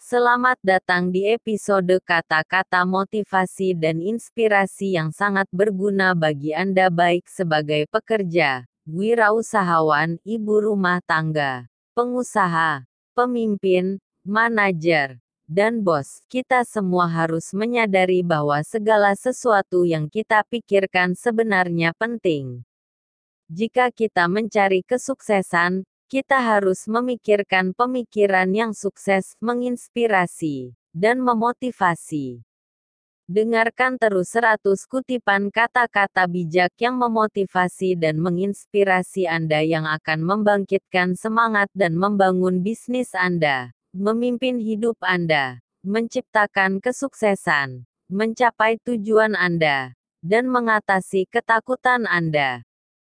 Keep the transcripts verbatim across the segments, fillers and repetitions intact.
Selamat datang di episode kata-kata motivasi dan inspirasi yang sangat berguna bagi Anda baik sebagai pekerja, wirausahawan, ibu rumah tangga, pengusaha, pemimpin, manajer, dan bos. Kita semua harus menyadari bahwa segala sesuatu yang kita pikirkan sebenarnya penting. Jika kita mencari kesuksesan, kita harus memikirkan pemikiran yang sukses, menginspirasi, dan memotivasi. Dengarkan terus seratus kutipan kata-kata bijak yang memotivasi dan menginspirasi Anda yang akan membangkitkan semangat dan membangun bisnis Anda, memimpin hidup Anda, menciptakan kesuksesan, mencapai tujuan Anda, dan mengatasi ketakutan Anda.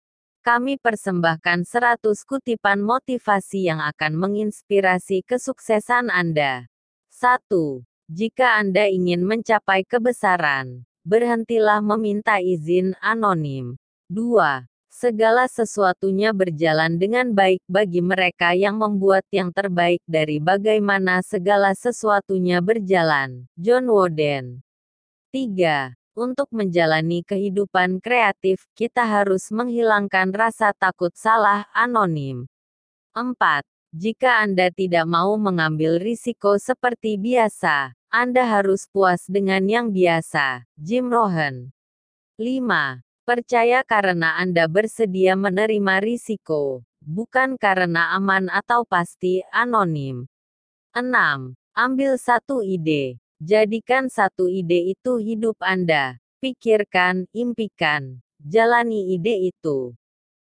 Kami persembahkan seratus kutipan motivasi yang akan menginspirasi kesuksesan Anda. satu. Jika Anda ingin mencapai kebesaran, berhentilah meminta izin anonim. dua. Segala sesuatunya berjalan dengan baik bagi mereka yang membuat yang terbaik dari bagaimana segala sesuatunya berjalan. John Wooden. tiga. Untuk menjalani kehidupan kreatif, kita harus menghilangkan rasa takut salah anonim. empat. Jika Anda tidak mau mengambil risiko seperti biasa, Anda harus puas dengan yang biasa. Jim Rohn. lima. Percaya karena Anda bersedia menerima risiko, bukan karena aman atau pasti anonim. enam. Ambil satu ide. Jadikan satu ide itu hidup Anda. Pikirkan, impikan, jalani ide itu.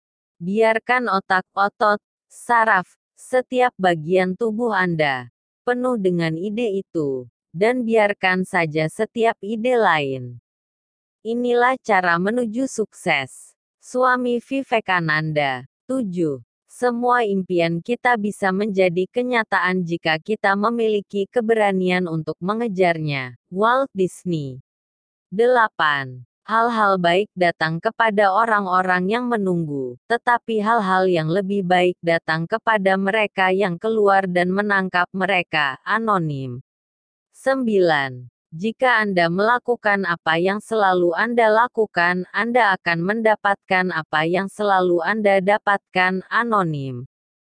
Biarkan otak, otot, saraf, setiap bagian tubuh Anda penuh dengan ide itu, dan biarkan saja setiap ide lain. Inilah cara menuju sukses. Swami Vivekananda. tujuh. Semua impian kita bisa menjadi kenyataan jika kita memiliki keberanian untuk mengejarnya. Walt Disney. delapan. Hal-hal baik datang kepada orang-orang yang menunggu, tetapi hal-hal yang lebih baik datang kepada mereka yang keluar dan menangkap mereka. Anonim. sembilan. Jika Anda melakukan apa yang selalu Anda lakukan, Anda akan mendapatkan apa yang selalu Anda dapatkan. Anonim.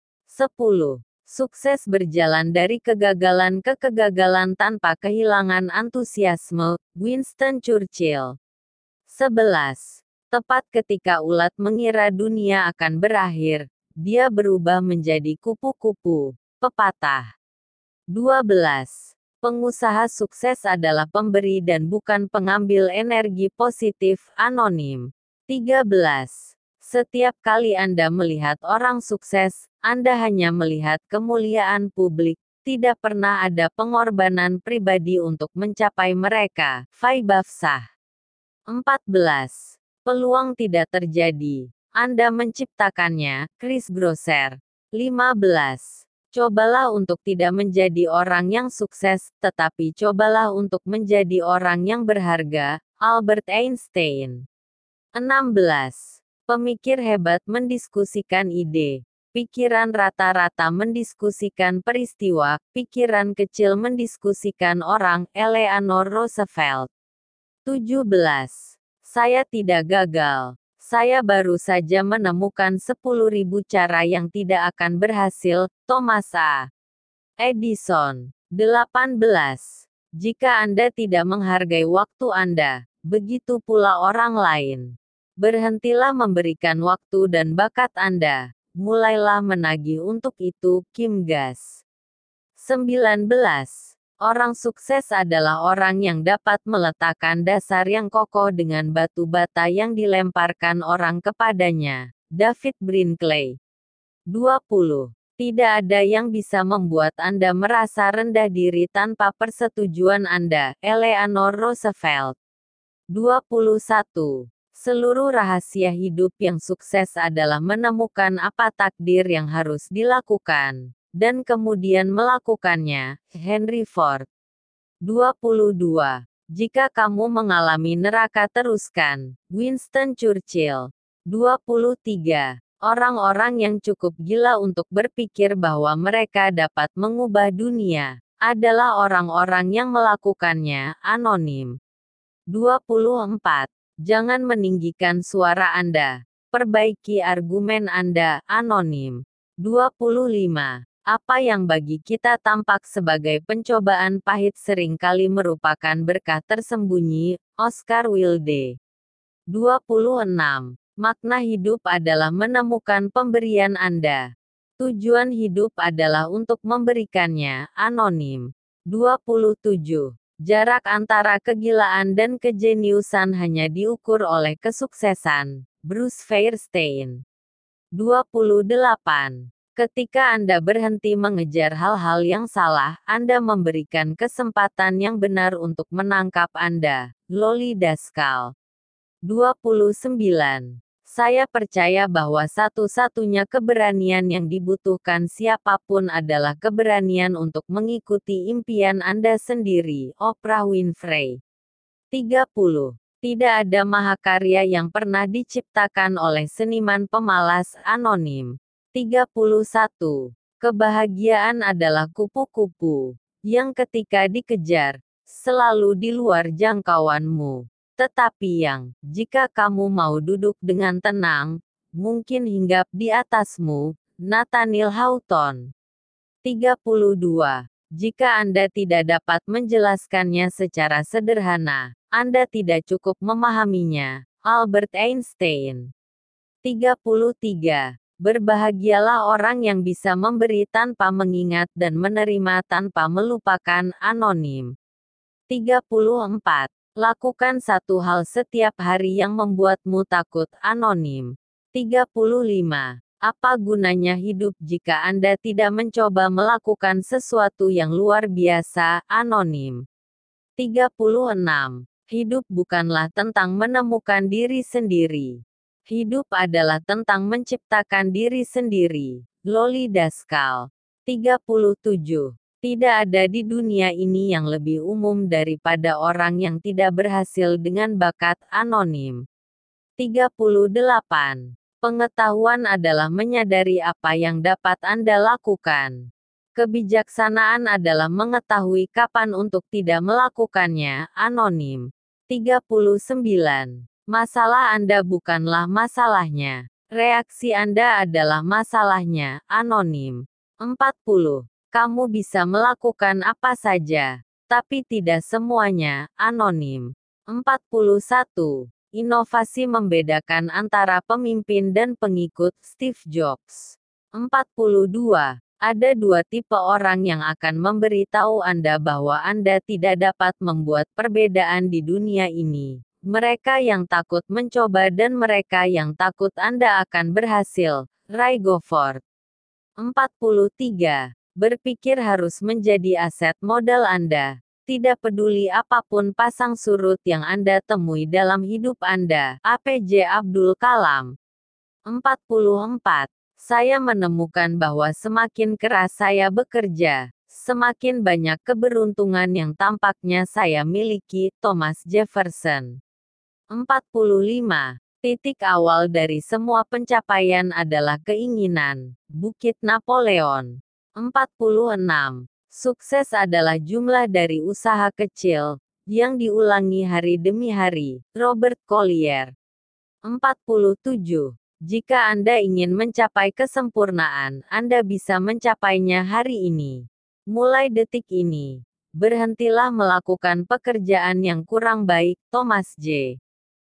sepuluh. Sukses berjalan dari kegagalan ke kegagalan tanpa kehilangan antusiasme. Winston Churchill. sebelas. Tepat ketika ulat mengira dunia akan berakhir, dia berubah menjadi kupu-kupu. Pepatah. dua belas. Pengusaha sukses adalah pemberi dan bukan pengambil energi positif. Anonim. tiga belas. Setiap kali Anda melihat orang sukses, Anda hanya melihat kemuliaan publik, tidak pernah ada pengorbanan pribadi untuk mencapai mereka. Vaibhav. empat belas. Peluang tidak terjadi. Anda menciptakannya. Chris Grosser. lima belas. Cobalah untuk tidak menjadi orang yang sukses, tetapi cobalah untuk menjadi orang yang berharga. Albert Einstein. enam belas. Pemikir hebat mendiskusikan ide. Pikiran rata-rata mendiskusikan peristiwa, pikiran kecil mendiskusikan orang. Eleanor Roosevelt. tujuh belas. Saya tidak gagal. Saya baru saja menemukan sepuluh ribu cara yang tidak akan berhasil. Thomas A. Edison. delapan belas. Jika Anda tidak menghargai waktu Anda, begitu pula orang lain. Berhentilah memberikan waktu dan bakat Anda. Mulailah menagih untuk itu. Kim Gas. sembilan belas. Orang sukses adalah orang yang dapat meletakkan dasar yang kokoh dengan batu bata yang dilemparkan orang kepadanya. David Brinkley. dua puluh. Tidak ada yang bisa membuat Anda merasa rendah diri tanpa persetujuan Anda. Eleanor Roosevelt. dua puluh satu. Seluruh rahasia hidup yang sukses adalah menemukan apa takdir yang harus dilakukan, dan kemudian melakukannya. Henry Ford. dua puluh dua. Jika kamu mengalami neraka teruskan. Winston Churchill. dua puluh tiga. Orang-orang yang cukup gila untuk berpikir bahwa mereka dapat mengubah dunia, adalah orang-orang yang melakukannya, anonim. dua puluh empat. Jangan meninggikan suara Anda. Perbaiki argumen Anda, anonim. dua puluh lima. Apa yang bagi kita tampak sebagai pencobaan pahit seringkali merupakan berkah tersembunyi, Oscar Wilde. dua puluh enam. Makna hidup adalah menemukan pemberian Anda. Tujuan hidup adalah untuk memberikannya, anonim. dua puluh tujuh. Jarak antara kegilaan dan kejeniusan hanya diukur oleh kesuksesan, Bruce Feirshtein. dua puluh delapan. Ketika Anda berhenti mengejar hal-hal yang salah, Anda memberikan kesempatan yang benar untuk menangkap Anda, Loli Daskal. dua puluh sembilan. Saya percaya bahwa satu-satunya keberanian yang dibutuhkan siapapun adalah keberanian untuk mengikuti impian Anda sendiri, Oprah Winfrey. tiga puluh. Tidak ada mahakarya yang pernah diciptakan oleh seniman pemalas, anonim. tiga puluh satu. Kebahagiaan adalah kupu-kupu yang ketika dikejar, selalu di luar jangkauanmu. Tetapi yang, jika kamu mau duduk dengan tenang, mungkin hinggap di atasmu, Nathaniel Hawthorne. tiga puluh dua. Jika Anda tidak dapat menjelaskannya secara sederhana, Anda tidak cukup memahaminya, Albert Einstein. tiga puluh tiga. Berbahagialah orang yang bisa memberi tanpa mengingat dan menerima tanpa melupakan, anonim. tiga puluh empat. Lakukan satu hal setiap hari yang membuatmu takut, anonim. tiga puluh lima. Apa gunanya hidup jika Anda tidak mencoba melakukan sesuatu yang luar biasa, anonim. tiga puluh enam. Hidup bukanlah tentang menemukan diri sendiri. Hidup adalah tentang menciptakan diri sendiri, Loli Daskal. tiga puluh tujuh. Tidak ada di dunia ini yang lebih umum daripada orang yang tidak berhasil dengan bakat, anonim. tiga puluh delapan. Pengetahuan adalah menyadari apa yang dapat Anda lakukan. Kebijaksanaan adalah mengetahui kapan untuk tidak melakukannya, anonim. tiga puluh sembilan. Masalah Anda bukanlah masalahnya. Reaksi Anda adalah masalahnya, anonim. empat puluh. Kamu bisa melakukan apa saja, tapi tidak semuanya, anonim. empat puluh satu. Inovasi membedakan antara pemimpin dan pengikut, Steve Jobs. empat puluh dua. Ada dua tipe orang yang akan memberitahu Anda bahwa Anda tidak dapat membuat perbedaan di dunia ini. Mereka yang takut mencoba dan mereka yang takut Anda akan berhasil, Ray Gofford. empat puluh tiga. Berpikir harus menjadi aset modal Anda. Tidak peduli apapun pasang surut yang Anda temui dalam hidup Anda, A P J Abdul Kalam. empat puluh empat. Saya menemukan bahwa semakin keras saya bekerja, semakin banyak keberuntungan yang tampaknya saya miliki, Thomas Jefferson. empat puluh lima. Titik awal dari semua pencapaian adalah keinginan, Bukit Napoleon. empat puluh enam. Sukses adalah jumlah dari usaha kecil, yang diulangi hari demi hari, Robert Collier. empat puluh tujuh. Jika Anda ingin mencapai kesempurnaan, Anda bisa mencapainya hari ini. Mulai detik ini, berhentilah melakukan pekerjaan yang kurang baik, Thomas J.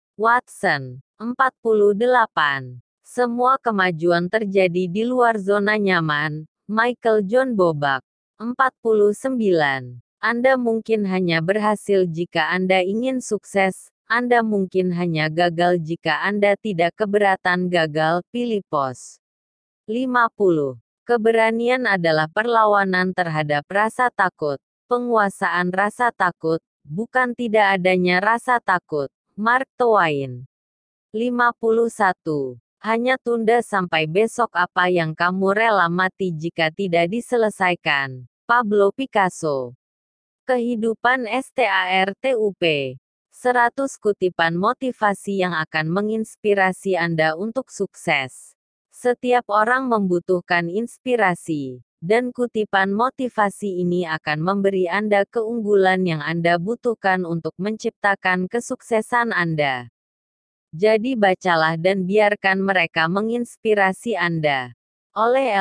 Watson. empat puluh delapan. Semua kemajuan terjadi di luar zona nyaman, Michael John Bobak. empat puluh sembilan. Anda mungkin hanya berhasil jika Anda ingin sukses, Anda mungkin hanya gagal jika Anda tidak keberatan gagal, Filipos. lima puluh. Keberanian adalah perlawanan terhadap rasa takut, penguasaan rasa takut, bukan tidak adanya rasa takut, Mark Twain. lima puluh satu. Hanya tunda sampai besok apa yang kamu rela mati jika tidak diselesaikan, Pablo Picasso. Kehidupan STARTUP. seratus kutipan motivasi yang akan menginspirasi Anda untuk sukses. Setiap orang membutuhkan inspirasi. Dan kutipan motivasi ini akan memberi Anda keunggulan yang Anda butuhkan untuk menciptakan kesuksesan Anda. Jadi bacalah dan biarkan mereka menginspirasi Anda. Oleh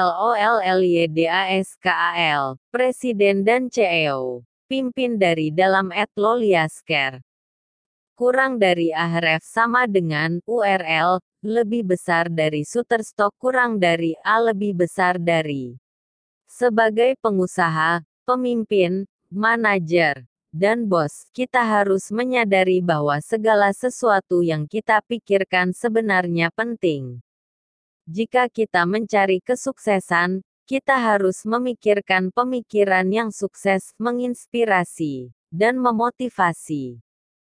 Lollydaskal, Presiden dan C E O. Pimpin dari dalam at lolyasker. Kurang dari ahref sama dengan U R L, lebih besar dari Shutterstock kurang dari A lebih besar dari. Sebagai pengusaha, pemimpin, manajer, dan bos, kita harus menyadari bahwa segala sesuatu yang kita pikirkan sebenarnya penting. Jika kita mencari kesuksesan, kita harus memikirkan pemikiran yang sukses, menginspirasi, dan memotivasi.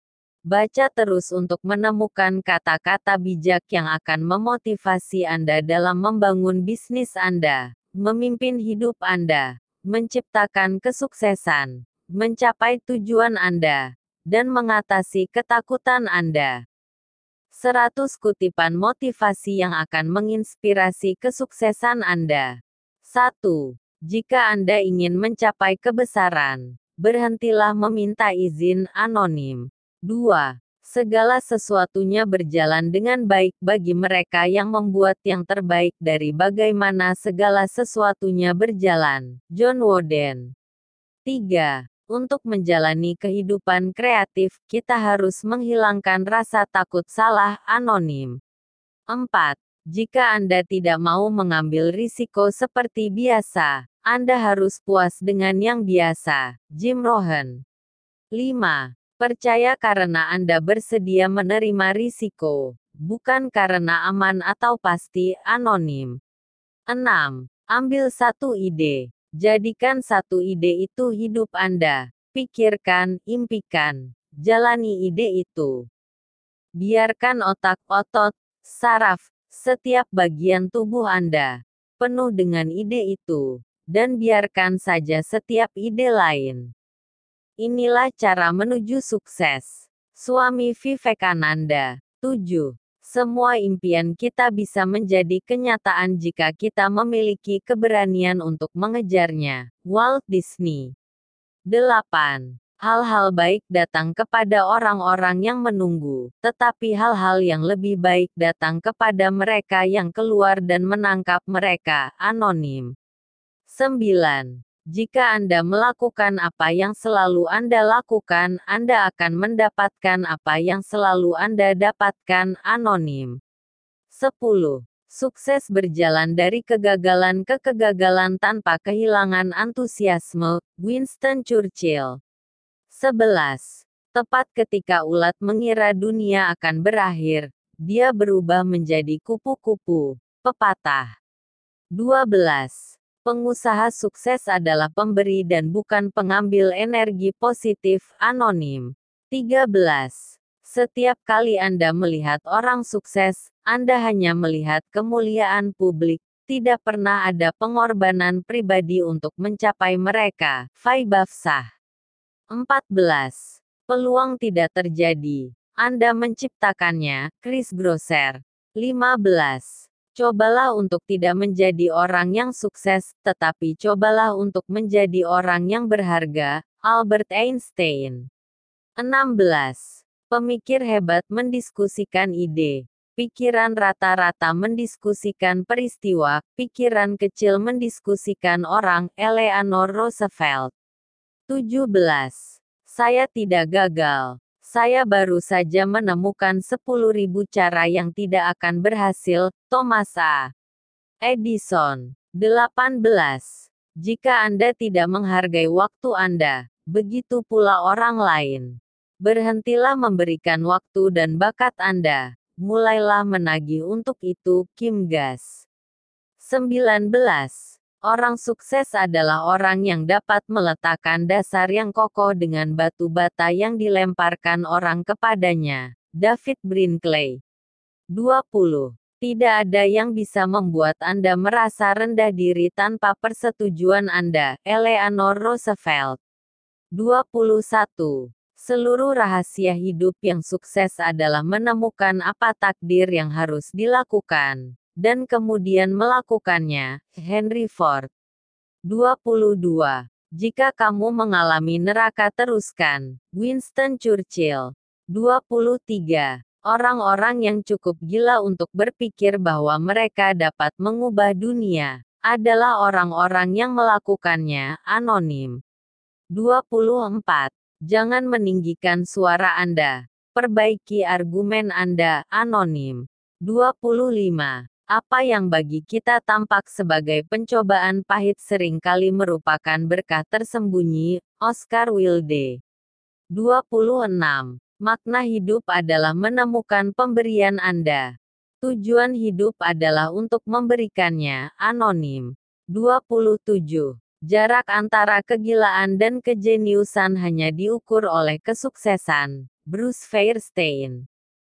Baca terus untuk menemukan kata-kata bijak yang akan memotivasi Anda dalam membangun bisnis Anda, memimpin hidup Anda, menciptakan kesuksesan, mencapai tujuan Anda, dan mengatasi ketakutan Anda. seratus kutipan motivasi yang akan menginspirasi kesuksesan Anda. satu. Jika Anda ingin mencapai kebesaran, berhentilah meminta izin anonim. dua. Segala sesuatunya berjalan dengan baik bagi mereka yang membuat yang terbaik dari bagaimana segala sesuatunya berjalan. John Wooden. tiga. Untuk menjalani kehidupan kreatif, kita harus menghilangkan rasa takut salah anonim. empat. Jika Anda tidak mau mengambil risiko seperti biasa, Anda harus puas dengan yang biasa. Jim Rohn. lima. Percaya karena Anda bersedia menerima risiko, bukan karena aman atau pasti anonim. enam. Ambil satu ide. Jadikan satu ide itu hidup Anda. Pikirkan, impikan, jalani ide itu. Biarkan otak, otot, saraf, setiap bagian tubuh Anda penuh dengan ide itu, dan biarkan saja setiap ide lain. Inilah cara menuju sukses. Swami Vivekananda. tujuh. Semua impian kita bisa menjadi kenyataan jika kita memiliki keberanian untuk mengejarnya. Walt Disney. delapan. Hal-hal baik datang kepada orang-orang yang menunggu, tetapi hal-hal yang lebih baik datang kepada mereka yang keluar dan menangkap mereka. Anonim. sembilan. Jika Anda melakukan apa yang selalu Anda lakukan, Anda akan mendapatkan apa yang selalu Anda dapatkan. Anonim. sepuluh. Sukses berjalan dari kegagalan ke kegagalan tanpa kehilangan antusiasme. Winston Churchill. sebelas. Tepat ketika ulat mengira dunia akan berakhir, dia berubah menjadi kupu-kupu. Pepatah. dua belas. Pengusaha sukses adalah pemberi dan bukan pengambil energi positif. Anonim. tiga belas. Setiap kali Anda melihat orang sukses, Anda hanya melihat kemuliaan publik, tidak pernah ada pengorbanan pribadi untuk mencapai mereka. Vaibhav-Shah. empat belas. Peluang tidak terjadi. Anda menciptakannya. Chris Grosser. lima belas. Cobalah untuk tidak menjadi orang yang sukses, tetapi cobalah untuk menjadi orang yang berharga. Albert Einstein. enam belas. Pemikir hebat mendiskusikan ide. Pikiran rata-rata mendiskusikan peristiwa, pikiran kecil mendiskusikan orang. Eleanor Roosevelt. tujuh belas. Saya tidak gagal. Saya baru saja menemukan sepuluh ribu cara yang tidak akan berhasil. Thomas A. Edison. delapan belas. Jika Anda tidak menghargai waktu Anda, begitu pula orang lain. Berhentilah memberikan waktu dan bakat Anda. Mulailah menagih untuk itu. Kim Gas. sembilan belas. Orang sukses adalah orang yang dapat meletakkan dasar yang kokoh dengan batu bata yang dilemparkan orang kepadanya. David Brinkley. dua puluh. Tidak ada yang bisa membuat Anda merasa rendah diri tanpa persetujuan Anda. Eleanor Roosevelt. dua puluh satu. Seluruh rahasia hidup yang sukses adalah menemukan apa takdir yang harus dilakukan, dan kemudian melakukannya. Henry Ford. dua puluh dua. Jika kamu mengalami neraka teruskan. Winston Churchill. dua puluh tiga. Orang-orang yang cukup gila untuk berpikir bahwa mereka dapat mengubah dunia adalah orang-orang yang melakukannya. Anonim. dua puluh empat. Jangan meninggikan suara Anda. Perbaiki argumen Anda. Anonim. dua puluh lima. Apa yang bagi kita tampak sebagai pencobaan pahit seringkali merupakan berkah tersembunyi. Oscar Wilde. dua puluh enam. Makna hidup adalah menemukan pemberian Anda. Tujuan hidup adalah untuk memberikannya. Anonim. dua puluh tujuh. Jarak antara kegilaan dan kejeniusan hanya diukur oleh kesuksesan. Bruce Feirshtein.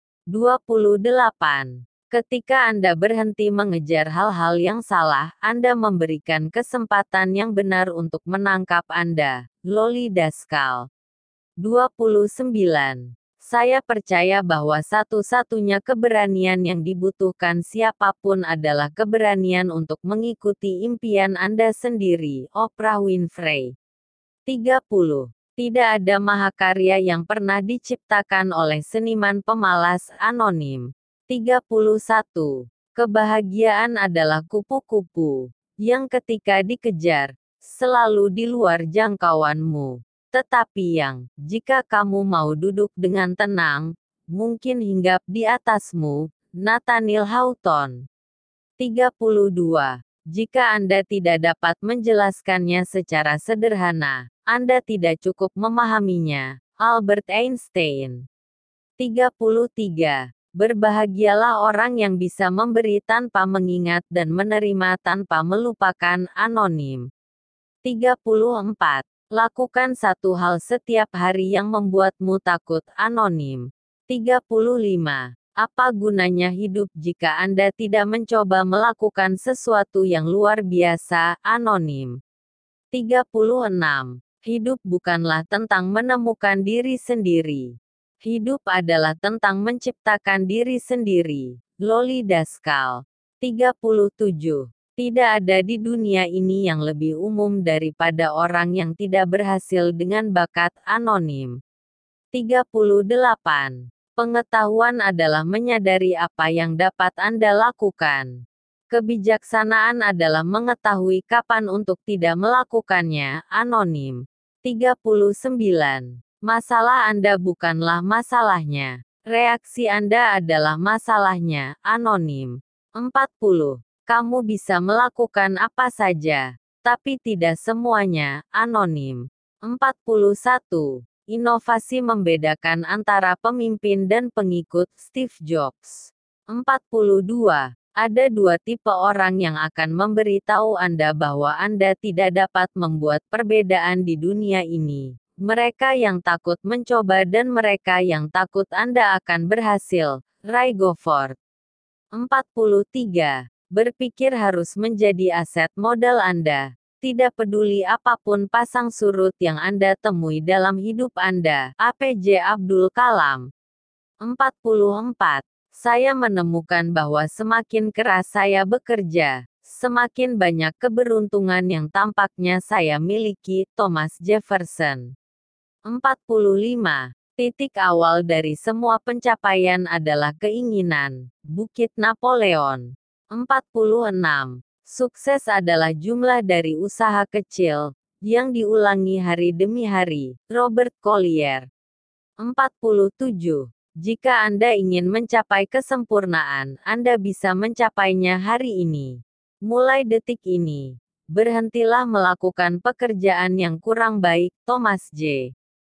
dua puluh delapan. Ketika Anda berhenti mengejar hal-hal yang salah, Anda memberikan kesempatan yang benar untuk menangkap Anda. Loli Daskal. dua puluh sembilan. Saya percaya bahwa satu-satunya keberanian yang dibutuhkan siapapun adalah keberanian untuk mengikuti impian Anda sendiri. Oprah Winfrey. tiga puluh. Tidak ada mahakarya yang pernah diciptakan oleh seniman pemalas. Anonim. tiga puluh satu. Kebahagiaan adalah kupu-kupu yang ketika dikejar, selalu di luar jangkauanmu. Tetapi yang, jika kamu mau duduk dengan tenang, mungkin hinggap di atasmu. Nathaniel Hawthorne. tiga puluh dua. Jika Anda tidak dapat menjelaskannya secara sederhana, Anda tidak cukup memahaminya. Albert Einstein. tiga puluh tiga. Berbahagialah orang yang bisa memberi tanpa mengingat dan menerima tanpa melupakan. Anonim. tiga puluh empat. Lakukan satu hal setiap hari yang membuatmu takut. Anonim. tiga puluh lima. Apa gunanya hidup jika Anda tidak mencoba melakukan sesuatu yang luar biasa? Anonim. tiga puluh enam. Hidup bukanlah tentang menemukan diri sendiri. Hidup adalah tentang menciptakan diri sendiri. Loli Daskal. tiga puluh tujuh. Tidak ada di dunia ini yang lebih umum daripada orang yang tidak berhasil dengan bakat. Anonim. tiga puluh delapan. Pengetahuan adalah menyadari apa yang dapat Anda lakukan. Kebijaksanaan adalah mengetahui kapan untuk tidak melakukannya. Anonim. tiga puluh sembilan. Masalah Anda bukanlah masalahnya. Reaksi Anda adalah masalahnya. Anonim. empat puluh. Kamu bisa melakukan apa saja, tapi tidak semuanya. Anonim. empat puluh satu. Inovasi membedakan antara pemimpin dan pengikut. Steve Jobs. empat puluh dua. Ada dua tipe orang yang akan memberitahu Anda bahwa Anda tidak dapat membuat perbedaan di dunia ini. Mereka yang takut mencoba dan mereka yang takut Anda akan berhasil. Ray Gofford. empat puluh tiga. Berpikir harus menjadi aset modal Anda. Tidak peduli apapun pasang surut yang Anda temui dalam hidup Anda. A P J Abdul Kalam. empat puluh empat. Saya menemukan bahwa semakin keras saya bekerja, semakin banyak keberuntungan yang tampaknya saya miliki. Thomas Jefferson. empat puluh lima. Titik awal dari semua pencapaian adalah keinginan. Bukit Napoleon. empat puluh enam. Sukses adalah jumlah dari usaha kecil, yang diulangi hari demi hari. Robert Collier. empat puluh tujuh. Jika Anda ingin mencapai kesempurnaan, Anda bisa mencapainya hari ini. Mulai detik ini. Berhentilah melakukan pekerjaan yang kurang baik. Thomas J.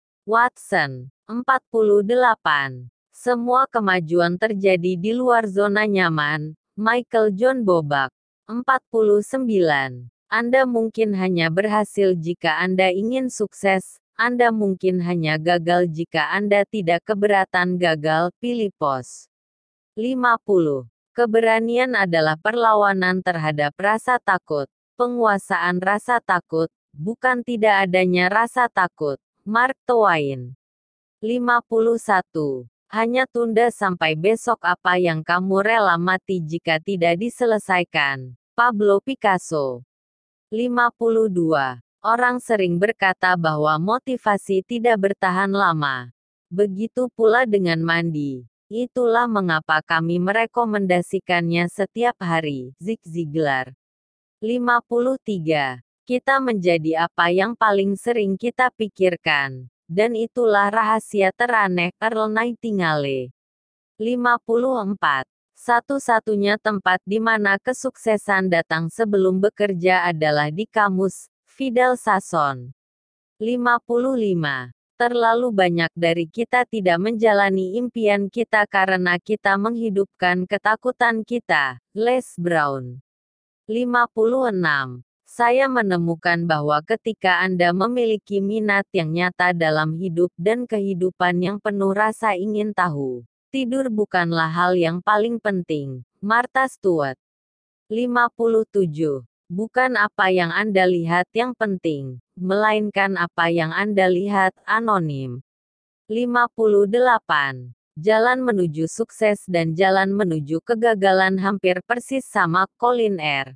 Watson. empat puluh delapan. Semua kemajuan terjadi di luar zona nyaman. Michael John Bobak. empat puluh sembilan. Anda mungkin hanya berhasil jika Anda ingin sukses. Anda mungkin hanya gagal jika Anda tidak keberatan gagal. Filipos. lima puluh. Keberanian adalah perlawanan terhadap rasa takut. Penguasaan rasa takut, bukan tidak adanya rasa takut. Mark Twain. lima puluh satu. Hanya tunda sampai besok apa yang kamu rela mati jika tidak diselesaikan. Pablo Picasso. lima puluh dua. Orang sering berkata bahwa motivasi tidak bertahan lama. Begitu pula dengan mandi. Itulah mengapa kami merekomendasikannya setiap hari. Zig Ziglar. lima puluh tiga. Kita menjadi apa yang paling sering kita pikirkan. Dan itulah rahasia teraneh Earl Nightingale. lima puluh empat. Satu-satunya tempat di mana kesuksesan datang sebelum bekerja adalah di kamus. Fidel Sassoon. lima puluh lima. Terlalu banyak dari kita tidak menjalani impian kita karena kita menghidupkan ketakutan kita. Les Brown. lima puluh enam. Saya menemukan bahwa ketika Anda memiliki minat yang nyata dalam hidup dan kehidupan yang penuh rasa ingin tahu, tidur bukanlah hal yang paling penting. Martha Stewart. lima puluh tujuh. Bukan apa yang Anda lihat yang penting, melainkan apa yang Anda lihat. Anonim. lima puluh delapan. Jalan menuju sukses dan jalan menuju kegagalan hampir persis sama. Colin R.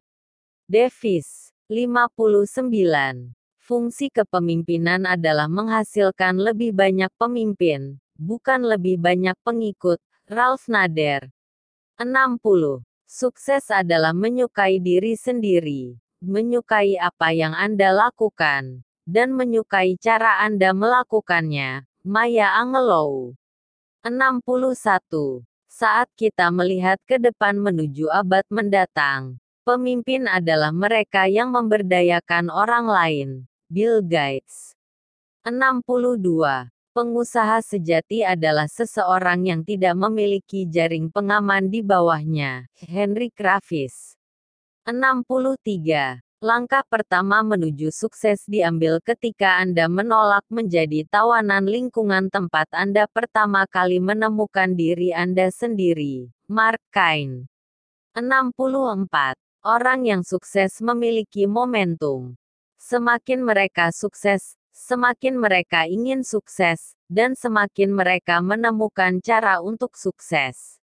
Davis. lima puluh sembilan. Fungsi kepemimpinan adalah menghasilkan lebih banyak pemimpin, bukan lebih banyak pengikut. Ralph Nader. enam puluh. Sukses adalah menyukai diri sendiri, menyukai apa yang Anda lakukan, dan menyukai cara Anda melakukannya. Maya Angelou. enam puluh satu. Saat kita melihat ke depan menuju abad mendatang, pemimpin adalah mereka yang memberdayakan orang lain. Bill Gates. enam puluh dua. Pengusaha sejati adalah seseorang yang tidak memiliki jaring pengaman di bawahnya. Henry Kravis. enam puluh tiga. Langkah pertama menuju sukses diambil ketika Anda menolak menjadi tawanan lingkungan tempat Anda pertama kali menemukan diri Anda sendiri. Mark Cain. enam puluh empat. Orang yang sukses memiliki momentum. Semakin mereka sukses, semakin mereka ingin sukses, dan semakin mereka menemukan cara untuk sukses.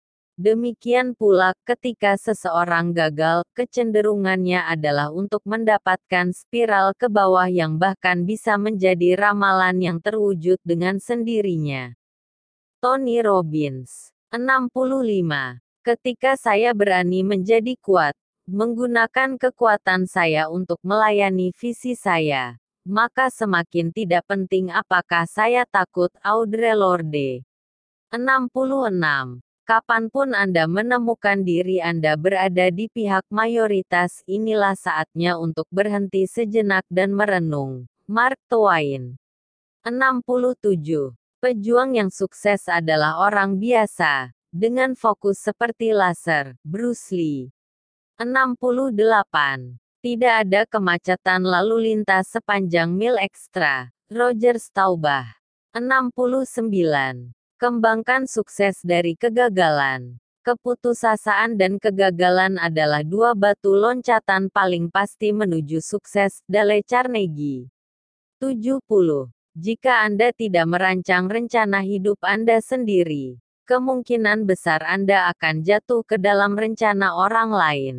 Demikian pula, ketika seseorang gagal, kecenderungannya adalah untuk mendapatkan spiral ke bawah yang bahkan bisa menjadi ramalan yang terwujud dengan sendirinya. Tony Robbins. enam puluh lima. Ketika saya berani menjadi kuat, menggunakan kekuatan saya untuk melayani visi saya, maka semakin tidak penting apakah saya takut. Audre Lorde. enam puluh enam. Kapanpun Anda menemukan diri Anda berada di pihak mayoritas, inilah saatnya untuk berhenti sejenak dan merenung. Mark Twain. enam puluh tujuh. Pejuang yang sukses adalah orang biasa, dengan fokus seperti laser. Bruce Lee. enam puluh delapan. Tidak ada kemacetan lalu lintas sepanjang mil ekstra. Roger Staubach. enam puluh sembilan. Kembangkan sukses dari kegagalan. Keputusasaan dan kegagalan adalah dua batu loncatan paling pasti menuju sukses. Dale Carnegie. tujuh puluh. Jika Anda tidak merancang rencana hidup Anda sendiri, kemungkinan besar Anda akan jatuh ke dalam rencana orang lain.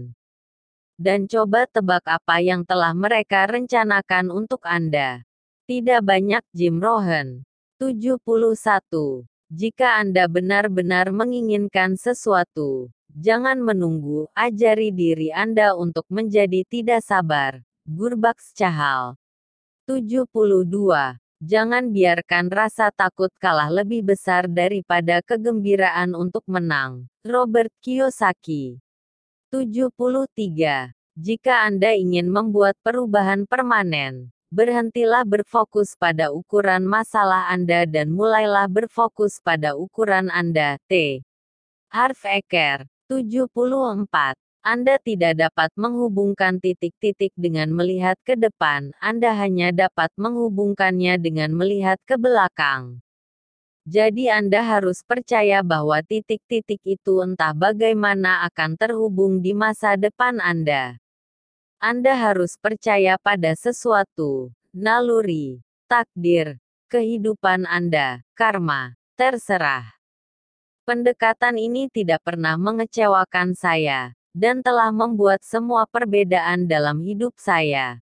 Dan coba tebak apa yang telah mereka rencanakan untuk Anda. Tidak banyak. Jim Rohn. tujuh puluh satu. Jika Anda benar-benar menginginkan sesuatu, jangan menunggu, ajari diri Anda untuk menjadi tidak sabar. Gurbax Chahal. tujuh puluh dua. Jangan biarkan rasa takut kalah lebih besar daripada kegembiraan untuk menang. Robert Kiyosaki. tujuh puluh tiga. Jika Anda ingin membuat perubahan permanen, berhentilah berfokus pada ukuran masalah Anda dan mulailah berfokus pada ukuran Anda. T. Harv Eker. tujuh puluh empat. Anda tidak dapat menghubungkan titik-titik dengan melihat ke depan, Anda hanya dapat menghubungkannya dengan melihat ke belakang. Jadi Anda harus percaya bahwa titik-titik itu entah bagaimana akan terhubung di masa depan Anda. Anda harus percaya pada sesuatu, naluri, takdir, kehidupan Anda, karma, terserah. Pendekatan ini tidak pernah mengecewakan saya. dan telah membuat semua perbedaan dalam hidup saya.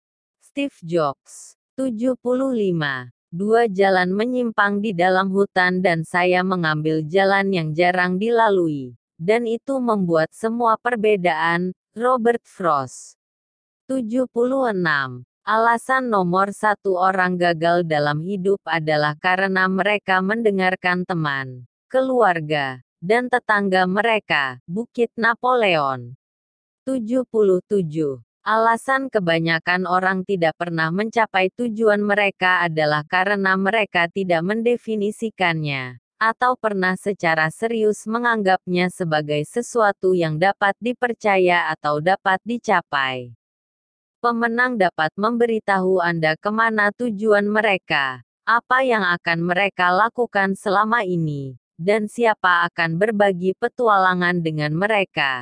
Steve Jobs. tujuh puluh lima. Dua jalan menyimpang di dalam hutan dan saya mengambil jalan yang jarang dilalui. Dan itu membuat semua perbedaan. Robert Frost. tujuh puluh enam. Alasan nomor satu orang gagal dalam hidup adalah karena mereka mendengarkan teman, keluarga, dan tetangga mereka. Bukit Napoleon. tujuh puluh tujuh. Alasan kebanyakan orang tidak pernah mencapai tujuan mereka adalah karena mereka tidak mendefinisikannya, atau pernah secara serius menganggapnya sebagai sesuatu yang dapat dipercaya atau dapat dicapai. Pemenang dapat memberitahu Anda kemana tujuan mereka, apa yang akan mereka lakukan selama ini, dan siapa akan berbagi petualangan dengan mereka.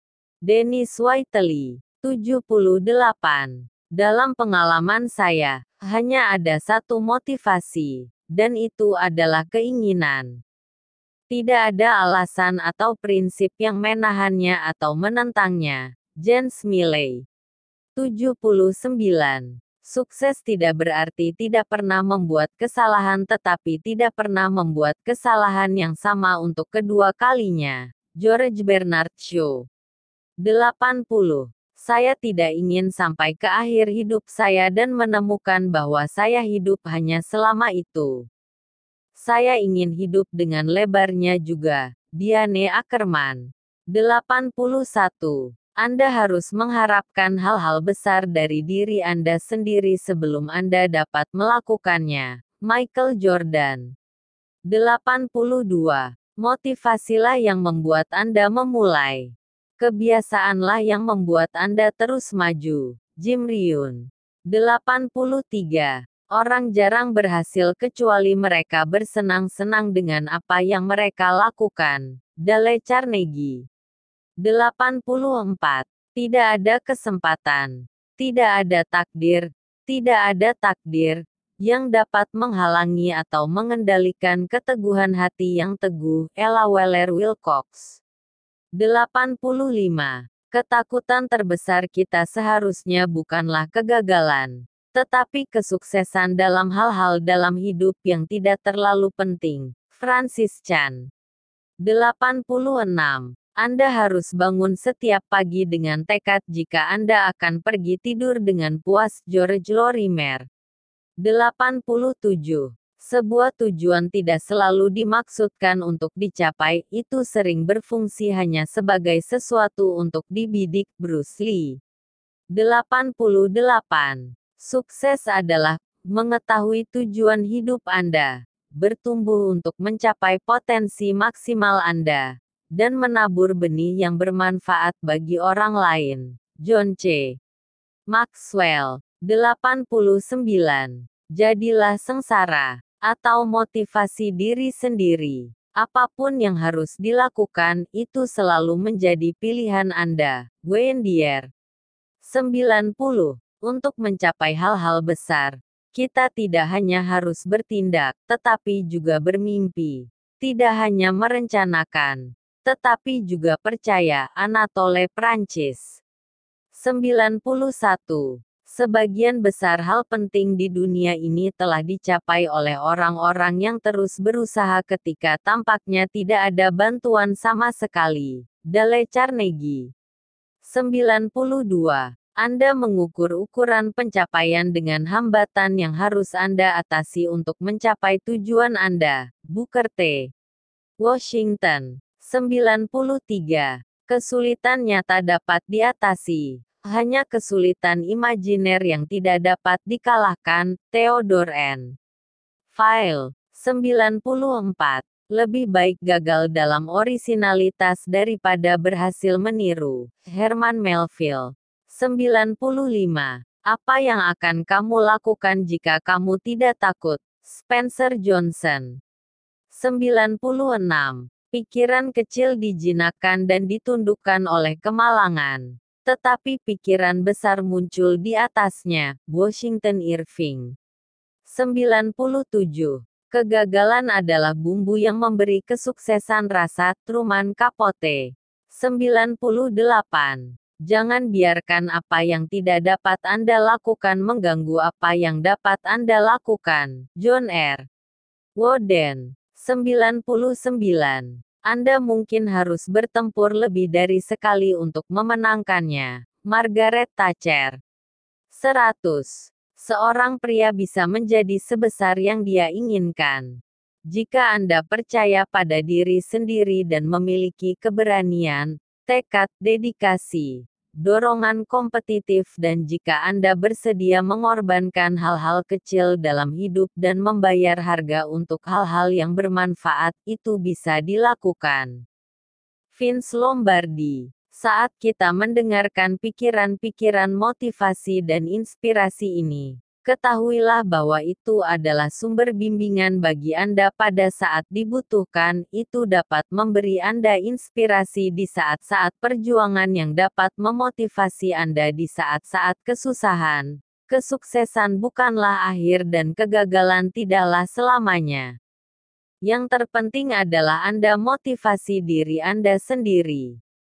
Dennis Whiteley. tujuh puluh delapan. Dalam pengalaman saya, hanya ada satu motivasi, dan itu adalah keinginan. Tidak ada alasan atau prinsip yang menahannya atau menentangnya. James Milley. tujuh puluh sembilan. Sukses tidak berarti tidak pernah membuat kesalahan tetapi tidak pernah membuat kesalahan yang sama untuk kedua kalinya. George Bernard Shaw. delapan puluh. Saya tidak ingin sampai ke akhir hidup saya dan menemukan bahwa saya hidup hanya selama itu. Saya ingin hidup dengan lebarnya juga. Diane Ackerman. delapan puluh satu. Anda harus mengharapkan hal-hal besar dari diri Anda sendiri sebelum Anda dapat melakukannya. Michael Jordan. delapan puluh dua. Motivasilah yang membuat Anda memulai. Kebiasaanlah yang membuat Anda terus maju. Jim Rohn. delapan puluh tiga. Orang jarang berhasil kecuali mereka bersenang-senang dengan apa yang mereka lakukan. Dale Carnegie. delapan puluh empat. Tidak ada kesempatan. Tidak ada takdir. Tidak ada takdir yang dapat menghalangi atau mengendalikan keteguhan hati yang teguh. Ella Wheeler Wilcox. delapan puluh lima. Ketakutan terbesar kita seharusnya bukanlah kegagalan, tetapi kesuksesan dalam hal-hal dalam hidup yang tidak terlalu penting. Francis Chan. delapan puluh enam. Anda harus bangun setiap pagi dengan tekad jika Anda akan pergi tidur dengan puas. George Lorimer. delapan puluh tujuh. Sebuah tujuan tidak selalu dimaksudkan untuk dicapai, itu sering berfungsi hanya sebagai sesuatu untuk dibidik. Bruce Lee. delapan puluh delapan. Sukses adalah mengetahui tujuan hidup Anda, bertumbuh untuk mencapai potensi maksimal Anda, dan menabur benih yang bermanfaat bagi orang lain. John C. Maxwell. delapan puluh sembilan. Jadilah sengsara, atau motivasi diri sendiri. Apapun yang harus dilakukan, itu selalu menjadi pilihan Anda. Wayne Dyer. sembilan puluh. Untuk mencapai hal-hal besar, kita tidak hanya harus bertindak, tetapi juga bermimpi. Tidak hanya merencanakan, tetapi juga percaya. Anatole France. sembilan puluh satu. Sebagian besar hal penting di dunia ini telah dicapai oleh orang-orang yang terus berusaha ketika tampaknya tidak ada bantuan sama sekali. Dale Carnegie. sembilan puluh dua. Anda mengukur ukuran pencapaian dengan hambatan yang harus Anda atasi untuk mencapai tujuan Anda. Booker T. Washington. sembilan puluh tiga. Kesulitan nyata dapat diatasi. Hanya kesulitan imajiner yang tidak dapat dikalahkan. Theodore N. File. sembilan puluh empat. Lebih baik gagal dalam orisinalitas daripada berhasil meniru. Herman Melville. sembilan puluh lima. Apa yang akan kamu lakukan jika kamu tidak takut? Spencer Johnson. sembilan puluh enam. Pikiran kecil dijinakkan dan ditundukkan oleh kemalangan, tetapi pikiran besar muncul di atasnya. Washington Irving. sembilan puluh tujuh. Kegagalan adalah bumbu yang memberi kesuksesan rasa. Truman Capote. sembilan puluh delapan. Jangan biarkan apa yang tidak dapat Anda lakukan mengganggu apa yang dapat Anda lakukan. John R. Wooden. sembilan puluh sembilan. Anda mungkin harus bertempur lebih dari sekali untuk memenangkannya. Margaret Thatcher. seratus. Seorang pria bisa menjadi sebesar yang dia inginkan. Jika Anda percaya pada diri sendiri dan memiliki keberanian, tekad, dedikasi, dorongan kompetitif dan jika Anda bersedia mengorbankan hal-hal kecil dalam hidup dan membayar harga untuk hal-hal yang bermanfaat, itu bisa dilakukan. Vince Lombardi. Saat kita mendengarkan pikiran-pikiran motivasi dan inspirasi ini, ketahuilah bahwa itu adalah sumber bimbingan bagi Anda pada saat dibutuhkan. Itu dapat memberi Anda inspirasi di saat-saat perjuangan yang dapat memotivasi Anda di saat-saat kesusahan. Kesuksesan bukanlah akhir dan kegagalan tidaklah selamanya. Yang terpenting adalah Anda motivasi diri Anda sendiri.